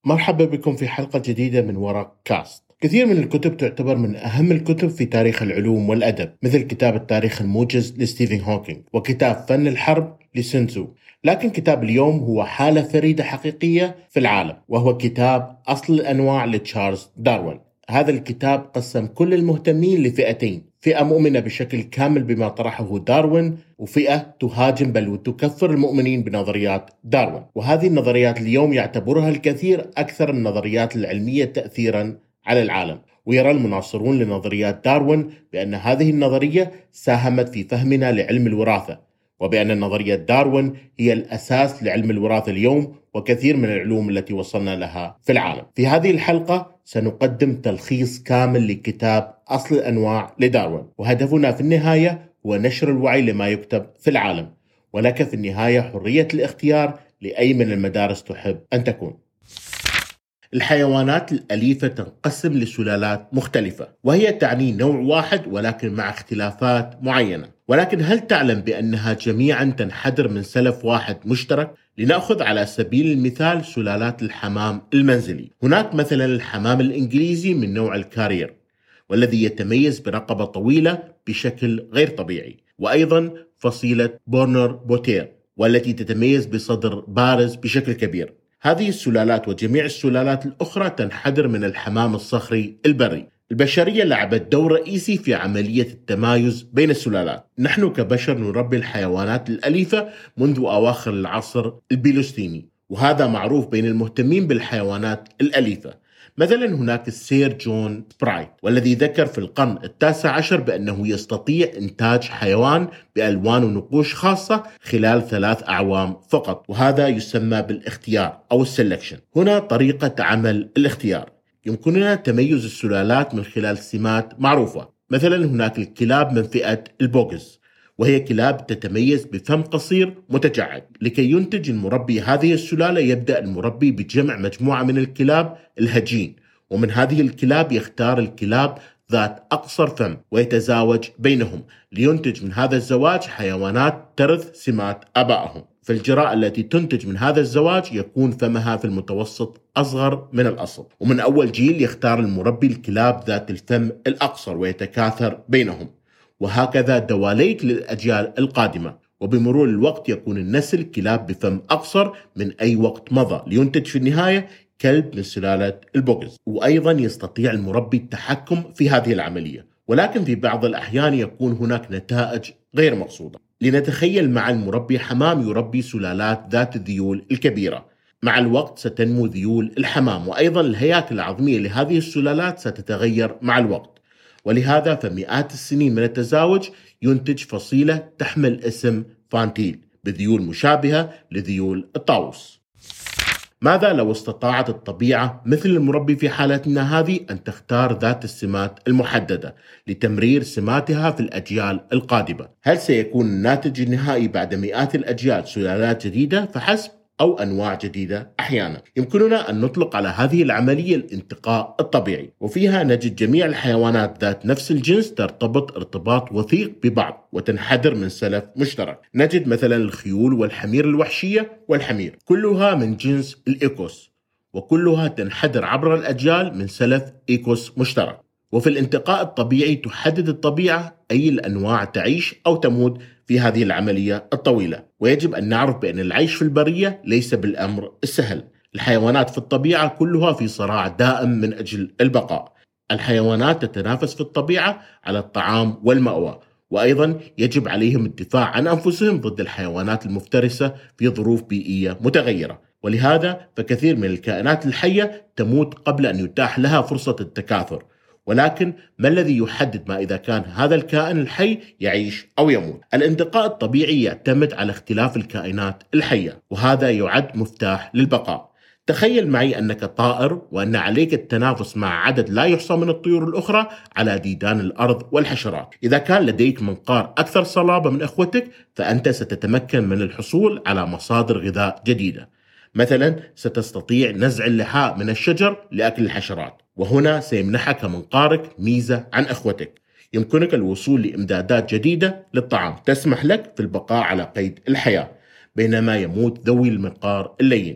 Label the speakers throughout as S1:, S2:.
S1: مرحبا بكم في حلقة جديدة من ورق كاست. كثير من الكتب تعتبر من أهم الكتب في تاريخ العلوم والأدب، مثل كتاب التاريخ الموجز لستيفن هوكينج وكتاب فن الحرب لسنتزو. لكن كتاب اليوم هو حالة فريدة حقيقية في العالم، وهو كتاب أصل الأنواع لتشارلز داروين. هذا الكتاب قسم كل المهتمين لفئتين: فئة مؤمنة بشكل كامل بما طرحه داروين، وفئة تهاجم بل وتكفر المؤمنين بنظريات داروين. وهذه النظريات اليوم يعتبرها الكثير أكثر النظريات العلمية تأثيراً على العالم، ويرى المناصرون لنظريات داروين بأن هذه النظرية ساهمت في فهمنا لعلم الوراثة، وبأن نظرية داروين هي الأساس لعلم الوراثة اليوم وكثير من العلوم التي وصلنا لها في العالم. في هذه الحلقة سنقدم تلخيص كامل لكتاب أصل الأنواع لداروين، وهدفنا في النهاية هو نشر الوعي لما يكتب في العالم، ولك في النهاية حرية الاختيار لأي من المدارس تحب أن تكون. الحيوانات الأليفة تنقسم لسلالات مختلفة، وهي تعني نوع واحد ولكن مع اختلافات معينة. ولكن هل تعلم بأنها جميعا تنحدر من سلف واحد مشترك؟ لنأخذ على سبيل المثال سلالات الحمام المنزلي. هناك مثلا الحمام الإنجليزي من نوع الكارير، والذي يتميز برقبة طويلة بشكل غير طبيعي، وأيضا فصيلة بورنر بوتير، والتي تتميز بصدر بارز بشكل كبير. هذه السلالات وجميع السلالات الأخرى تنحدر من الحمام الصخري البري. البشرية لعبت دور رئيسي في عملية التمايز بين السلالات. نحن كبشر نربي الحيوانات الأليفة منذ أواخر العصر البيلوستيني، وهذا معروف بين المهتمين بالحيوانات الأليفة. مثلا هناك السير جون سبرايت، والذي ذكر في القرن ال19 بأنه يستطيع إنتاج حيوان بألوان ونقوش خاصة خلال 3 أعوام فقط، وهذا يسمى بالاختيار أو السلكشن. هنا طريقة عمل الاختيار: يمكننا تميز السلالات من خلال سمات معروفة. مثلا هناك الكلاب من فئة البوغز، وهي كلاب تتميز بفم قصير متجعد. لكي ينتج المربي هذه السلالة يبدأ المربي بجمع مجموعة من الكلاب الهجين، ومن هذه الكلاب يختار الكلاب ذات أقصر فم ويتزاوج بينهم لينتج من هذا الزواج حيوانات ترث سمات آبائهم. فالجراء التي تنتج من هذا الزواج يكون فمها في المتوسط أصغر من الأصل، ومن أول جيل يختار المربي الكلاب ذات الفم الأقصر ويتكاثر بينهم، وهكذا دواليك للأجيال القادمة. وبمرور الوقت يكون النسل كلاب بفم أقصر من أي وقت مضى، لينتج في النهاية كلب من سلالة البوغز. وأيضا يستطيع المربي التحكم في هذه العملية، ولكن في بعض الأحيان يكون هناك نتائج غير مقصودة. لنتخيل مع المربي حمام يربي سلالات ذات الذيول الكبيرة. مع الوقت ستنمو ذيول الحمام، وأيضا الهياكل العظمية لهذه السلالات ستتغير مع الوقت، ولهذا فمئات السنين من التزاوج ينتج فصيلة تحمل اسم فانتيل بذيول مشابهة لذيول الطاووس. ماذا لو استطاعت الطبيعة مثل المربي في حالتنا هذه أن تختار ذات السمات المحددة لتمرير سماتها في الأجيال القادمة؟ هل سيكون الناتج النهائي بعد مئات الأجيال سلالات جديدة فحسب، أو أنواع جديدة أحيانا؟ يمكننا أن نطلق على هذه العملية الانتقاء الطبيعي، وفيها نجد جميع الحيوانات ذات نفس الجنس ترتبط ارتباط وثيق ببعض وتنحدر من سلف مشترك. نجد مثلا الخيول والحمير الوحشية والحمير كلها من جنس الإيكوس، وكلها تنحدر عبر الأجيال من سلف إيكوس مشترك. وفي الانتقاء الطبيعي تحدد الطبيعة أي الأنواع تعيش أو تموت في هذه العملية الطويلة. ويجب أن نعرف بأن العيش في البرية ليس بالأمر السهل. الحيوانات في الطبيعة كلها في صراع دائم من أجل البقاء. الحيوانات تتنافس في الطبيعة على الطعام والمأوى، وأيضا يجب عليهم الدفاع عن أنفسهم ضد الحيوانات المفترسة في ظروف بيئية متغيرة. ولهذا فكثير من الكائنات الحية تموت قبل أن يتاح لها فرصة التكاثر. ولكن ما الذي يحدد ما إذا كان هذا الكائن الحي يعيش أو يموت؟ الانتقاء الطبيعي يعتمد على اختلاف الكائنات الحية، وهذا يعد مفتاح للبقاء. تخيل معي أنك طائر، وأن عليك التنافس مع عدد لا يحصى من الطيور الأخرى على ديدان الأرض والحشرات. إذا كان لديك منقار أكثر صلابة من أخوتك فأنت ستتمكن من الحصول على مصادر غذاء جديدة. مثلا ستستطيع نزع اللحاء من الشجر لأكل الحشرات، وهنا سيمنحك منقارك ميزة عن أخوتك. يمكنك الوصول لإمدادات جديدة للطعام تسمح لك في البقاء على قيد الحياة، بينما يموت ذوي المنقار اللين.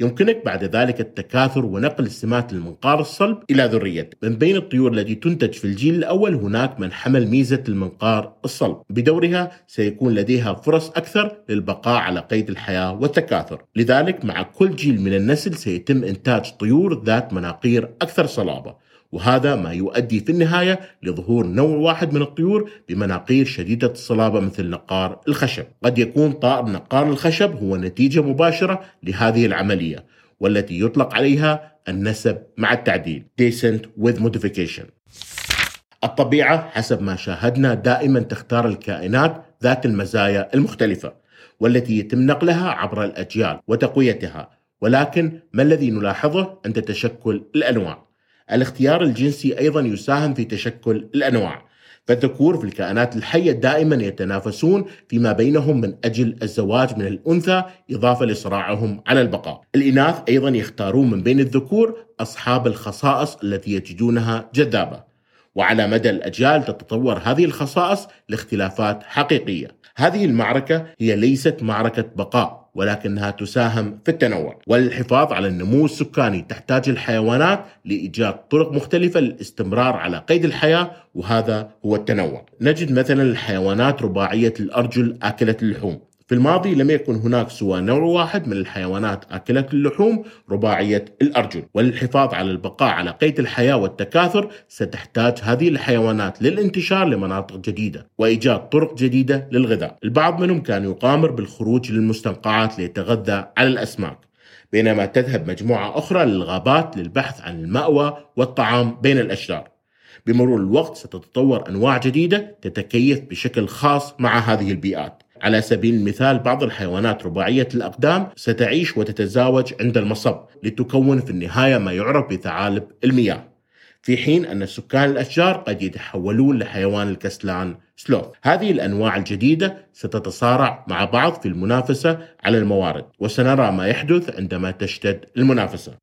S1: يمكنك بعد ذلك التكاثر ونقل سمات المنقار الصلب إلى ذريتك. من بين الطيور التي تنتج في الجيل الأول هناك من حمل ميزة المنقار الصلب، بدورها سيكون لديها فرص أكثر للبقاء على قيد الحياة والتكاثر. لذلك مع كل جيل من النسل سيتم إنتاج طيور ذات مناقير أكثر صلابة، وهذا ما يؤدي في النهاية لظهور نوع واحد من الطيور بمناقير شديدة الصلابة مثل نقار الخشب. قد يكون طائر نقار الخشب هو نتيجة مباشرة لهذه العملية، والتي يطلق عليها النسب مع التعديل Descent with Modification. الطبيعة حسب ما شاهدنا دائما تختار الكائنات ذات المزايا المختلفة، والتي يتم نقلها عبر الأجيال وتقويتها. ولكن ما الذي نلاحظه عند تشكل الأنواع؟ الاختيار الجنسي أيضا يساهم في تشكل الأنواع، فالذكور في الكائنات الحية دائما يتنافسون فيما بينهم من أجل الزواج من الأنثى إضافة لصراعهم على البقاء. الإناث أيضا يختارون من بين الذكور أصحاب الخصائص التي يجدونها جذابة، وعلى مدى الأجيال تتطور هذه الخصائص لاختلافات حقيقية. هذه المعركة هي ليست معركة بقاء، ولكنها تساهم في التنوع. وللحفاظ على النمو السكاني تحتاج الحيوانات لإيجاد طرق مختلفة للاستمرار على قيد الحياة، وهذا هو التنوع. نجد مثلا الحيوانات رباعية الأرجل آكلة اللحوم. في الماضي لم يكن هناك سوى نوع واحد من الحيوانات آكلة اللحوم رباعية الأرجل، وللحفاظ على البقاء على قيد الحياة والتكاثر ستحتاج هذه الحيوانات للانتشار لمناطق جديدة وإيجاد طرق جديدة للغذاء. البعض منهم كان يقامر بالخروج للمستنقعات ليتغذى على الأسماك، بينما تذهب مجموعة أخرى للغابات للبحث عن المأوى والطعام بين الأشجار. بمرور الوقت ستتطور أنواع جديدة تتكيف بشكل خاص مع هذه البيئات. على سبيل المثال بعض الحيوانات رباعية الأقدام ستعيش وتتزاوج عند المصب لتكون في النهاية ما يعرف بثعالب المياه، في حين أن سكان الأشجار قد يتحولون لحيوان الكسلان سلوث. هذه الأنواع الجديدة ستتصارع مع بعض في المنافسة على الموارد، وسنرى ما يحدث عندما تشتد المنافسة.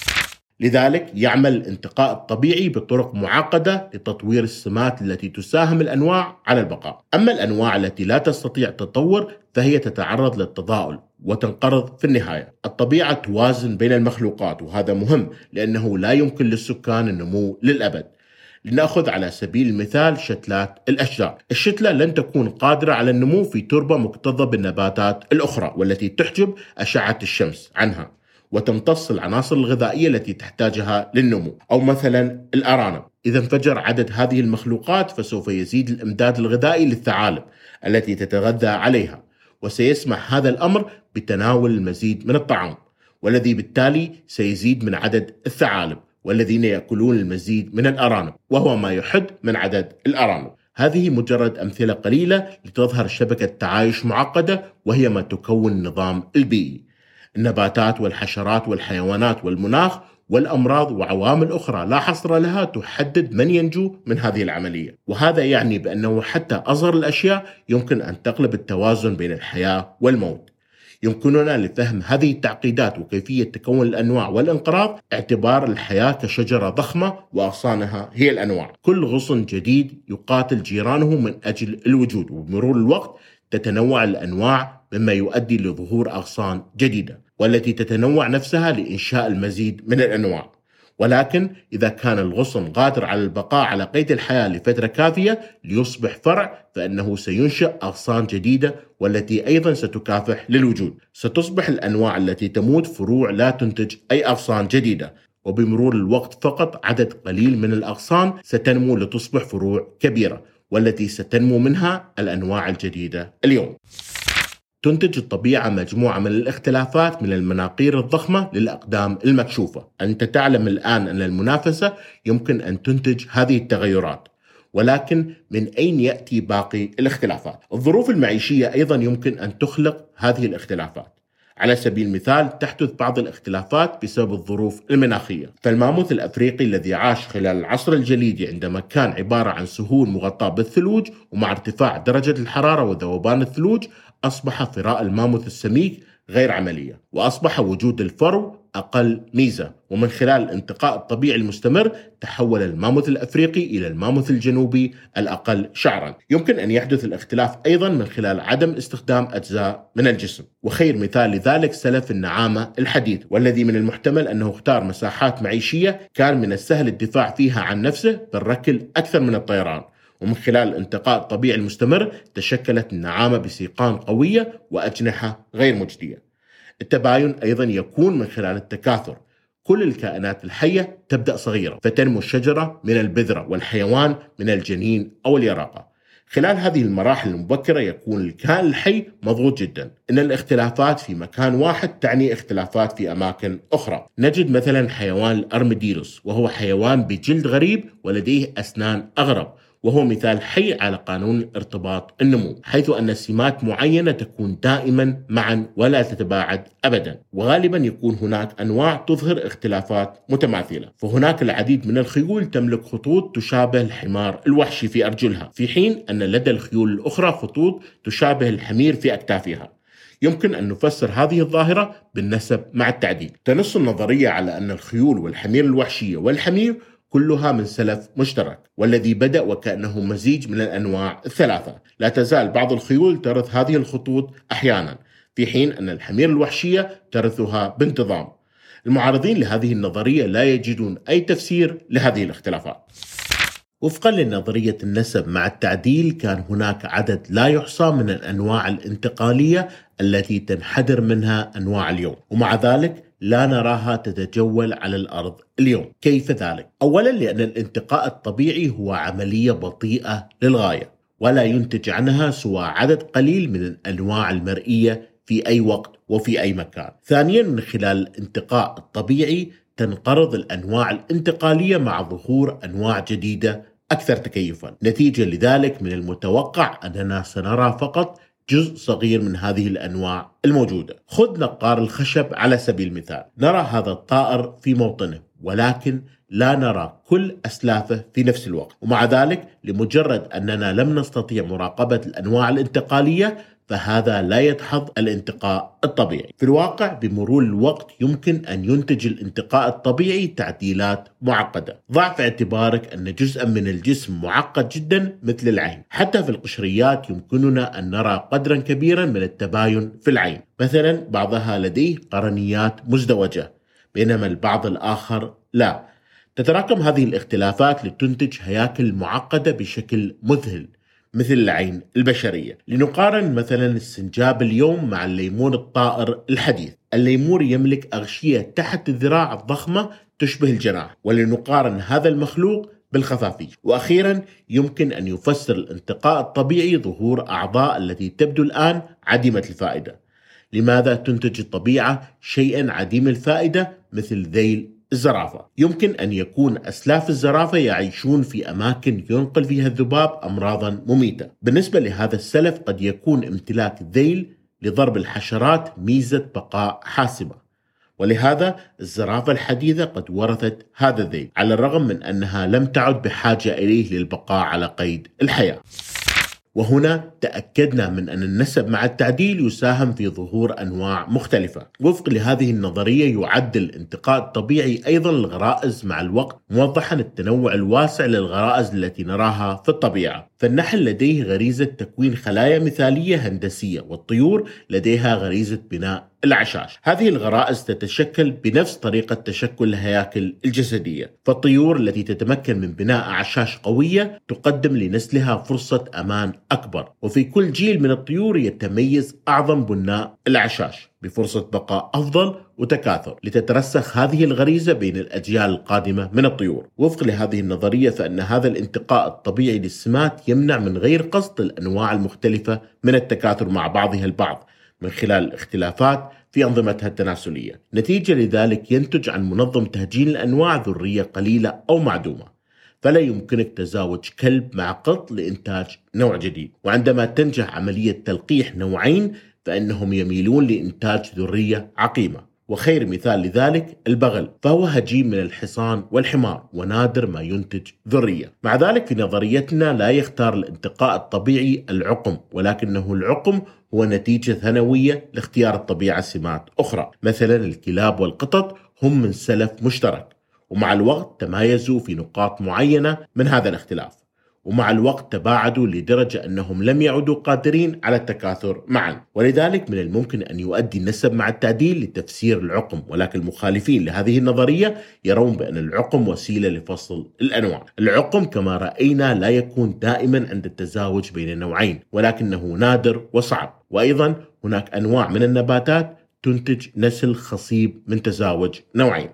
S1: لذلك يعمل الانتقاء الطبيعي بطرق معقدة لتطوير السمات التي تساهم الأنواع على البقاء. أما الأنواع التي لا تستطيع التطور فهي تتعرض للتضاؤل وتنقرض في النهاية. الطبيعة توازن بين المخلوقات، وهذا مهم لأنه لا يمكن للسكان النمو للأبد. لنأخذ على سبيل المثال شتلات الأشجار. الشتلة لن تكون قادرة على النمو في تربة مكتظة بالنباتات الأخرى والتي تحجب أشعة الشمس عنها وتمتص العناصر الغذائية التي تحتاجها للنمو. أو مثلا الأرانب، إذا انفجر عدد هذه المخلوقات فسوف يزيد الإمداد الغذائي للثعالب التي تتغذى عليها، وسيسمح هذا الأمر بتناول المزيد من الطعام، والذي بالتالي سيزيد من عدد الثعالب والذين يأكلون المزيد من الأرانب، وهو ما يحد من عدد الأرانب. هذه مجرد أمثلة قليلة لتظهر شبكة تعايش معقدة، وهي ما تكون النظام البيئي. النباتات والحشرات والحيوانات والمناخ والأمراض وعوامل أخرى لا حصر لها تحدد من ينجو من هذه العملية، وهذا يعني بأنه حتى أصغر الأشياء يمكن أن تقلب التوازن بين الحياة والموت. يمكننا لفهم هذه التعقيدات وكيفية تكون الأنواع والانقراض اعتبار الحياة كشجرة ضخمة وأغصانها هي الأنواع. كل غصن جديد يقاتل جيرانه من أجل الوجود، وبمرور الوقت تتنوع الأنواع مما يؤدي لظهور أغصان جديدة، والتي تتنوع نفسها لإنشاء المزيد من الأنواع. ولكن إذا كان الغصن قادر على البقاء على قيد الحياة لفترة كافية ليصبح فرع، فإنه سينشأ أغصان جديدة والتي أيضا ستكافح للوجود. ستصبح الأنواع التي تموت فروع لا تنتج أي أغصان جديدة، وبمرور الوقت فقط عدد قليل من الأغصان ستنمو لتصبح فروع كبيرة، والتي ستنمو منها الأنواع الجديدة اليوم. تنتج الطبيعة مجموعة من الاختلافات من المناقير الضخمة للأقدام المكشوفة. أنت تعلم الآن أن المنافسة يمكن أن تنتج هذه التغيرات، ولكن من أين يأتي باقي الاختلافات؟ الظروف المعيشية أيضا يمكن أن تخلق هذه الاختلافات. على سبيل المثال تحدث بعض الاختلافات بسبب الظروف المناخية. فالماموث الأفريقي الذي عاش خلال العصر الجليدي عندما كان عبارة عن سهول مغطاة بالثلوج، ومع ارتفاع درجة الحرارة وذوبان الثلوج أصبح فراء الماموث السميك غير عملية، وأصبح وجود الفرو أقل ميزة. ومن خلال الانتقاء الطبيعي المستمر تحول الماموث الأفريقي إلى الماموث الجنوبي الأقل شعرا. يمكن أن يحدث الاختلاف أيضا من خلال عدم استخدام أجزاء من الجسم، وخير مثال لذلك سلف النعامة الحديث، والذي من المحتمل أنه اختار مساحات معيشية كان من السهل الدفاع فيها عن نفسه بالركل أكثر من الطيران. ومن خلال الانتقاء الطبيعي المستمر تشكلت النعامة بسيقان قوية وأجنحة غير مجدية. التباين أيضا يكون من خلال التكاثر. كل الكائنات الحية تبدأ صغيرة، فتنمو الشجرة من البذرة والحيوان من الجنين أو اليرقة. خلال هذه المراحل المبكرة يكون الكائن الحي مضغوط جدا. إن الاختلافات في مكان واحد تعني اختلافات في أماكن أخرى. نجد مثلا حيوان الأرميديلوس، وهو حيوان بجلد غريب ولديه أسنان أغرب، وهو مثال حي على قانون ارتباط النمو، حيث أن سمات معينة تكون دائما معا ولا تتباعد أبدا. وغالبا يكون هناك أنواع تظهر اختلافات متماثلة. فهناك العديد من الخيول تملك خطوط تشابه الحمار الوحشي في أرجلها، في حين أن لدى الخيول الأخرى خطوط تشابه الحمير في أكتافها. يمكن أن نفسر هذه الظاهرة بالنسب مع التعديل. تنص النظرية على أن الخيول والحمير الوحشية والحمير كلها من سلف مشترك، والذي بدأ وكأنه مزيج من الأنواع الثلاثة. لا تزال بعض الخيول ترث هذه الخطوط أحيانا، في حين أن الحمير الوحشية ترثها بانتظام. المعارضين لهذه النظرية لا يجدون أي تفسير لهذه الاختلافات. وفقا لنظرية النسب مع التعديل كان هناك عدد لا يحصى من الأنواع الانتقالية التي تنحدر منها أنواع اليوم، ومع ذلك لا نراها تتجول على الأرض اليوم. كيف ذلك؟ أولا لأن الانتقاء الطبيعي هو عملية بطيئة للغاية، ولا ينتج عنها سوى عدد قليل من الأنواع المرئية في أي وقت وفي أي مكان. ثانيا من خلال الانتقاء الطبيعي تنقرض الأنواع الانتقالية مع ظهور أنواع جديدة أكثر تكيفا. نتيجة لذلك من المتوقع أننا سنرى فقط جزء صغير من هذه الأنواع الموجودة. خذ نقار الخشب على سبيل المثال. نرى هذا الطائر في موطنه، ولكن لا نرى كل أسلافه في نفس الوقت. ومع ذلك لمجرد أننا لم نستطيع مراقبة الأنواع الانتقالية فهذا لا يدحض الانتقاء الطبيعي. في الواقع بمرور الوقت يمكن أن ينتج الانتقاء الطبيعي تعديلات معقدة. ضع في اعتبارك أن جزءا من الجسم معقد جدا مثل العين. حتى في القشريات يمكننا أن نرى قدرا كبيرا من التباين في العين. مثلا بعضها لديه قرنيات مزدوجة، بينما البعض الآخر لا. تتراكم هذه الاختلافات لتنتج هياكل معقدة بشكل مذهل مثل العين البشرية. لنقارن مثلا السنجاب اليوم مع الليمور الطائر الحديث. الليمور يملك أغشية تحت الذراع الضخمة تشبه الجناح، ولنقارن هذا المخلوق بالخفافيش. وأخيرا يمكن أن يفسر الانتقاء الطبيعي ظهور أعضاء التي تبدو الآن عديمة الفائدة. لماذا تنتج الطبيعة شيئا عديم الفائدة مثل ذيل الزرافة؟ يمكن أن يكون أسلاف الزرافة يعيشون في أماكن ينقل فيها الذباب أمراضا مميتة. بالنسبة لهذا السلف قد يكون امتلاك الذيل لضرب الحشرات ميزة بقاء حاسمة، ولهذا الزرافة الحديثة قد ورثت هذا الذيل على الرغم من أنها لم تعد بحاجة إليه للبقاء على قيد الحياة. وهنا تأكدنا من أن النسب مع التعديل يساهم في ظهور أنواع مختلفة. وفق لهذه النظرية يعدل الانتقاء الطبيعي أيضا الغرائز مع الوقت، موضحا التنوع الواسع للغرائز التي نراها في الطبيعة. فالنحل لديه غريزة تكوين خلايا مثالية هندسية، والطيور لديها غريزة بناء الأعشاش. هذه الغرائز تتشكل بنفس طريقة تشكل الهياكل الجسدية. فالطيور التي تتمكن من بناء أعشاش قوية تقدم لنسلها فرصة أمان أكبر، وفي كل جيل من الطيور يتميز أعظم بناء الأعشاش بفرصة بقاء أفضل وتكاثر، لتترسخ هذه الغريزة بين الأجيال القادمة من الطيور. وفق لهذه النظرية فإن هذا الانتقاء الطبيعي للسمات يمنع من غير قصد الأنواع المختلفة من التكاثر مع بعضها البعض من خلال الاختلافات في أنظمتها التناسلية. نتيجة لذلك ينتج عن منظم تهجين الأنواع ذرية قليلة أو معدومة. فلا يمكنك تزاوج كلب مع قط لإنتاج نوع جديد. وعندما تنجح عملية تلقيح نوعين فإنهم يميلون لإنتاج ذرية عقيمة. وخير مثال لذلك البغل، فهو هجين من الحصان والحمار ونادر ما ينتج ذرية. مع ذلك في نظريتنا لا يختار الانتقاء الطبيعي العقم، ولكنه العقم هو نتيجة ثانوية لاختيار الطبيعة سمات أخرى. مثلا الكلاب والقطط هم من سلف مشترك، ومع الوقت تمايزوا في نقاط معينة من هذا الاختلاف، ومع الوقت تباعدوا لدرجة أنهم لم يعودوا قادرين على التكاثر معا. ولذلك من الممكن أن يؤدي النسب مع التعديل لتفسير العقم، ولكن المخالفين لهذه النظرية يرون بأن العقم وسيلة لفصل الأنواع. العقم كما رأينا لا يكون دائما عند التزاوج بين النوعين، ولكنه نادر وصعب. وأيضا هناك أنواع من النباتات تنتج نسل خصيب من تزاوج نوعين.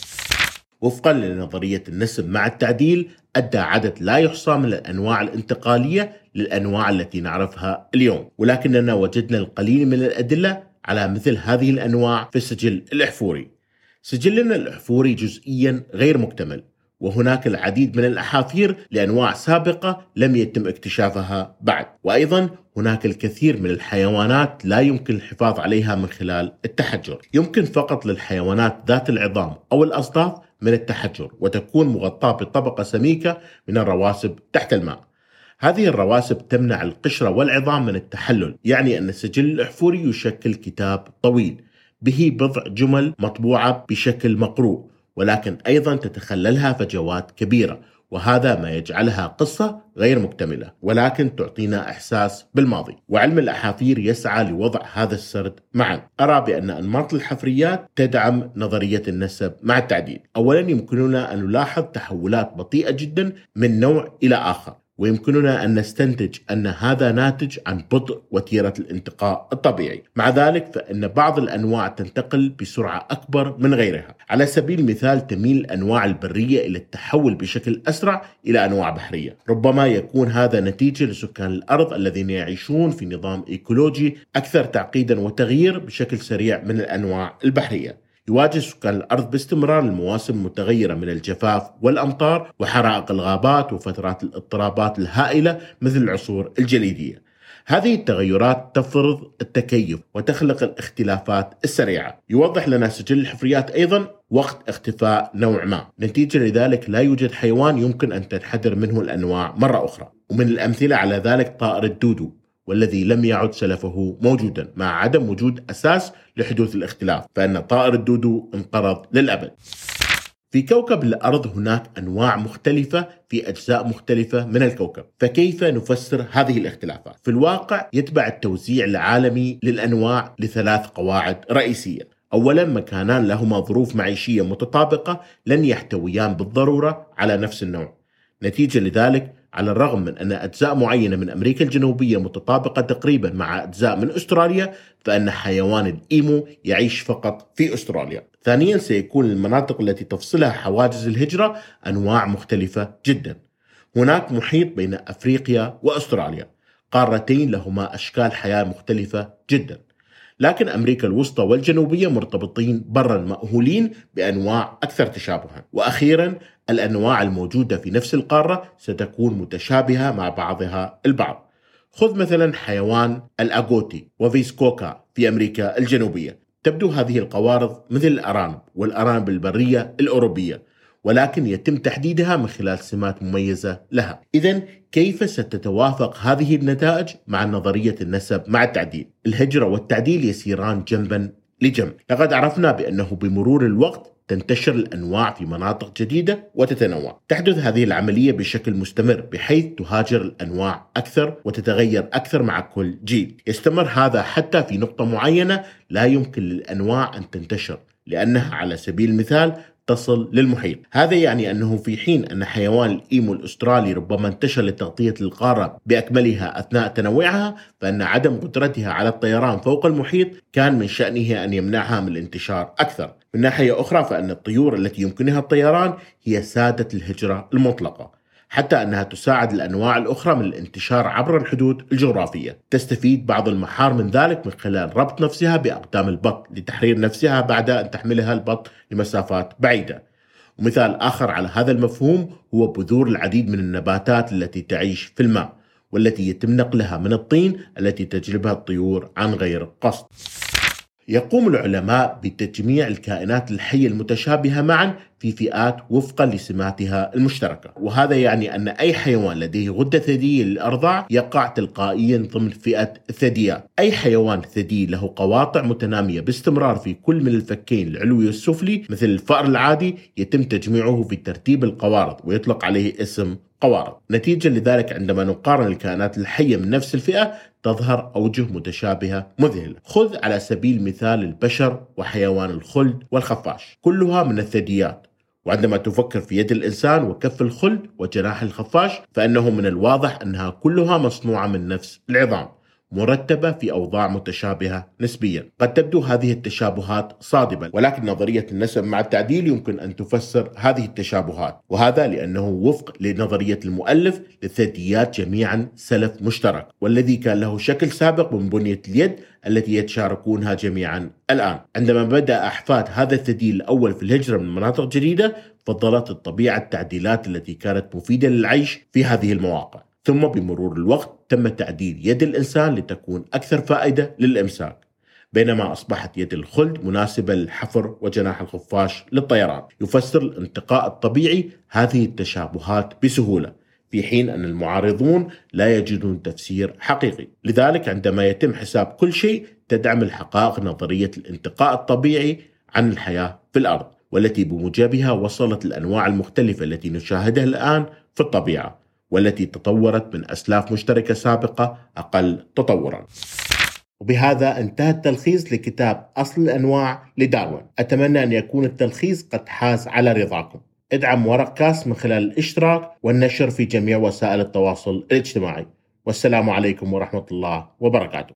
S1: وفقا لنظرية النسب مع التعديل، أدى عدد لا يحصى من الأنواع الانتقالية للأنواع التي نعرفها اليوم، ولكننا وجدنا القليل من الأدلة على مثل هذه الأنواع في السجل الإحفوري. سجلنا الإحفوري جزئيا غير مكتمل، وهناك العديد من الأحافير لأنواع سابقة لم يتم اكتشافها بعد. وأيضا هناك الكثير من الحيوانات لا يمكن الحفاظ عليها من خلال التحجر. يمكن فقط للحيوانات ذات العظام أو الأصداف من التحجر، وتكون مغطاة بطبقة سميكة من الرواسب تحت الماء. هذه الرواسب تمنع القشرة والعظام من التحلل، يعني أن السجل الإحفوري يشكل كتاب طويل به بضع جمل مطبوعة بشكل مقروء، ولكن أيضا تتخللها فجوات كبيرة، وهذا ما يجعلها قصة غير مكتملة، ولكن تعطينا إحساس بالماضي. وعلم الأحافير يسعى لوضع هذا السرد معا. أرى بأن أنماط الحفريات تدعم نظرية النسب مع التعديل. أولا يمكننا أن نلاحظ تحولات بطيئة جدا من نوع إلى آخر، ويمكننا أن نستنتج أن هذا ناتج عن بطء وتيرة الانتقاء الطبيعي. مع ذلك فإن بعض الأنواع تنتقل بسرعة أكبر من غيرها. على سبيل المثال تميل الأنواع البرية إلى التحول بشكل أسرع إلى أنواع بحرية. ربما يكون هذا نتيجة لسكان الأرض الذين يعيشون في نظام إيكولوجي أكثر تعقيدا وتغيير بشكل سريع من الأنواع البحرية. يواجه سكان الأرض باستمرار المواسم المتغيرة من الجفاف والأمطار وحرائق الغابات وفترات الاضطرابات الهائلة مثل العصور الجليدية. هذه التغيرات تفرض التكيف وتخلق الاختلافات السريعة. يوضح لنا سجل الحفريات أيضا وقت اختفاء نوع ما، نتيجة لذلك لا يوجد حيوان يمكن أن تنحدر منه الأنواع مرة أخرى. ومن الأمثلة على ذلك طائر الدودو، والذي لم يعد سلفه موجودا مع عدم وجود أساس لحدوث الاختلاف، فإن طائر الدودو انقرض للأبد. في كوكب الأرض هناك أنواع مختلفة في أجزاء مختلفة من الكوكب، فكيف نفسر هذه الاختلافات؟ في الواقع يتبع التوزيع العالمي للأنواع لثلاث قواعد رئيسية. أولا، مكانان لهما ظروف معيشية متطابقة لن يحتويان بالضرورة على نفس النوع. نتيجة لذلك على الرغم من أن أجزاء معينة من أمريكا الجنوبية متطابقة تقريبا مع أجزاء من أستراليا، فإن حيوان الإيمو يعيش فقط في أستراليا. ثانيا، سيكون المناطق التي تفصلها حواجز الهجرة أنواع مختلفة جدا. هناك محيط بين أفريقيا وأستراليا، قارتين لهما أشكال حياة مختلفة جدا، لكن أمريكا الوسطى والجنوبية مرتبطين برا مأهولين بأنواع أكثر تشابها. وأخيرا، الأنواع الموجودة في نفس القارة ستكون متشابهة مع بعضها البعض. خذ مثلا حيوان الأغوتي وفيسكوكا في أمريكا الجنوبية. تبدو هذه القوارض مثل الأرانب والأرانب البرية الأوروبية، ولكن يتم تحديدها من خلال سمات مميزة لها. إذن كيف ستتوافق هذه النتائج مع نظرية النسب مع التعديل؟ الهجرة والتعديل يسيران جنبا لجنب. لقد عرفنا بأنه بمرور الوقت تنتشر الأنواع في مناطق جديدة وتتنوع. تحدث هذه العملية بشكل مستمر، بحيث تهاجر الأنواع أكثر وتتغير أكثر مع كل جيل. يستمر هذا حتى في نقطة معينة لا يمكن للأنواع أن تنتشر، لأنها على سبيل المثال تصل للمحيط. هذا يعني أنه في حين أن حيوان الإيمو الأسترالي ربما انتشر لتغطية القارة بأكملها أثناء تنوعها، فإن عدم قدرتها على الطيران فوق المحيط كان من شأنه أن يمنعها من الانتشار أكثر. من ناحية أخرى، فإن الطيور التي يمكنها الطيران هي سادة الهجرة المطلقة، حتى أنها تساعد الأنواع الأخرى من الانتشار عبر الحدود الجغرافية. تستفيد بعض المحار من ذلك من خلال ربط نفسها بأقدام البط لتحرير نفسها بعد أن تحملها البط لمسافات بعيدة. ومثال آخر على هذا المفهوم هو بذور العديد من النباتات التي تعيش في الماء، والتي يتم نقلها من الطين التي تجلبها الطيور عن غير قصد. يقوم العلماء بتجميع الكائنات الحية المتشابهة معا في فئات وفقا لسماتها المشتركة، وهذا يعني أن أي حيوان لديه غدة ثديية للأرضاع يقع تلقائيا ضمن فئة الثدييات. أي حيوان ثدي له قواطع متنامية باستمرار في كل من الفكين العلوي والسفلي مثل الفأر العادي يتم تجميعه في ترتيب القوارض ويطلق عليه اسم قوارض. نتيجة لذلك عندما نقارن الكائنات الحية من نفس الفئة تظهر أوجه متشابهة مذهلة. خذ على سبيل المثال البشر وحيوان الخلد والخفاش، كلها من الثدييات، وعندما تفكر في يد الإنسان وكف الخلد وجناح الخفاش فإنه من الواضح أنها كلها مصنوعة من نفس العظام، مرتبة في أوضاع متشابهة نسبيا. قد تبدو هذه التشابهات صادمة، ولكن نظرية النسب مع التعديل يمكن أن تفسر هذه التشابهات، وهذا لأنه وفق لنظرية المؤلف للثدييات جميعا سلف مشترك، والذي كان له شكل سابق من بنية اليد التي يتشاركونها جميعا الآن. عندما بدأ أحفاد هذا الثدي الأول في الهجرة من مناطق جديدة فضلت الطبيعة التعديلات التي كانت مفيدة للعيش في هذه المواقع، ثم بمرور الوقت تم تعديل يد الإنسان لتكون أكثر فائدة للإمساك، بينما أصبحت يد الخلد مناسبة للحفر وجناح الخفاش للطيران. يفسر الانتقاء الطبيعي هذه التشابهات بسهولة، في حين أن المعارضون لا يجدون تفسير حقيقي. لذلك عندما يتم حساب كل شيء تدعم الحقائق نظرية الانتقاء الطبيعي عن الحياة في الأرض، والتي بموجبها وصلت الأنواع المختلفة التي نشاهدها الآن في الطبيعة، والتي تطورت من أسلاف مشتركة سابقة أقل تطورا. وبهذا انتهى التلخيص لكتاب أصل الأنواع لداروين. أتمنى أن يكون التلخيص قد حاز على رضاكم. ادعم ورق كاست من خلال الاشتراك والنشر في جميع وسائل التواصل الاجتماعي. والسلام عليكم ورحمة الله وبركاته.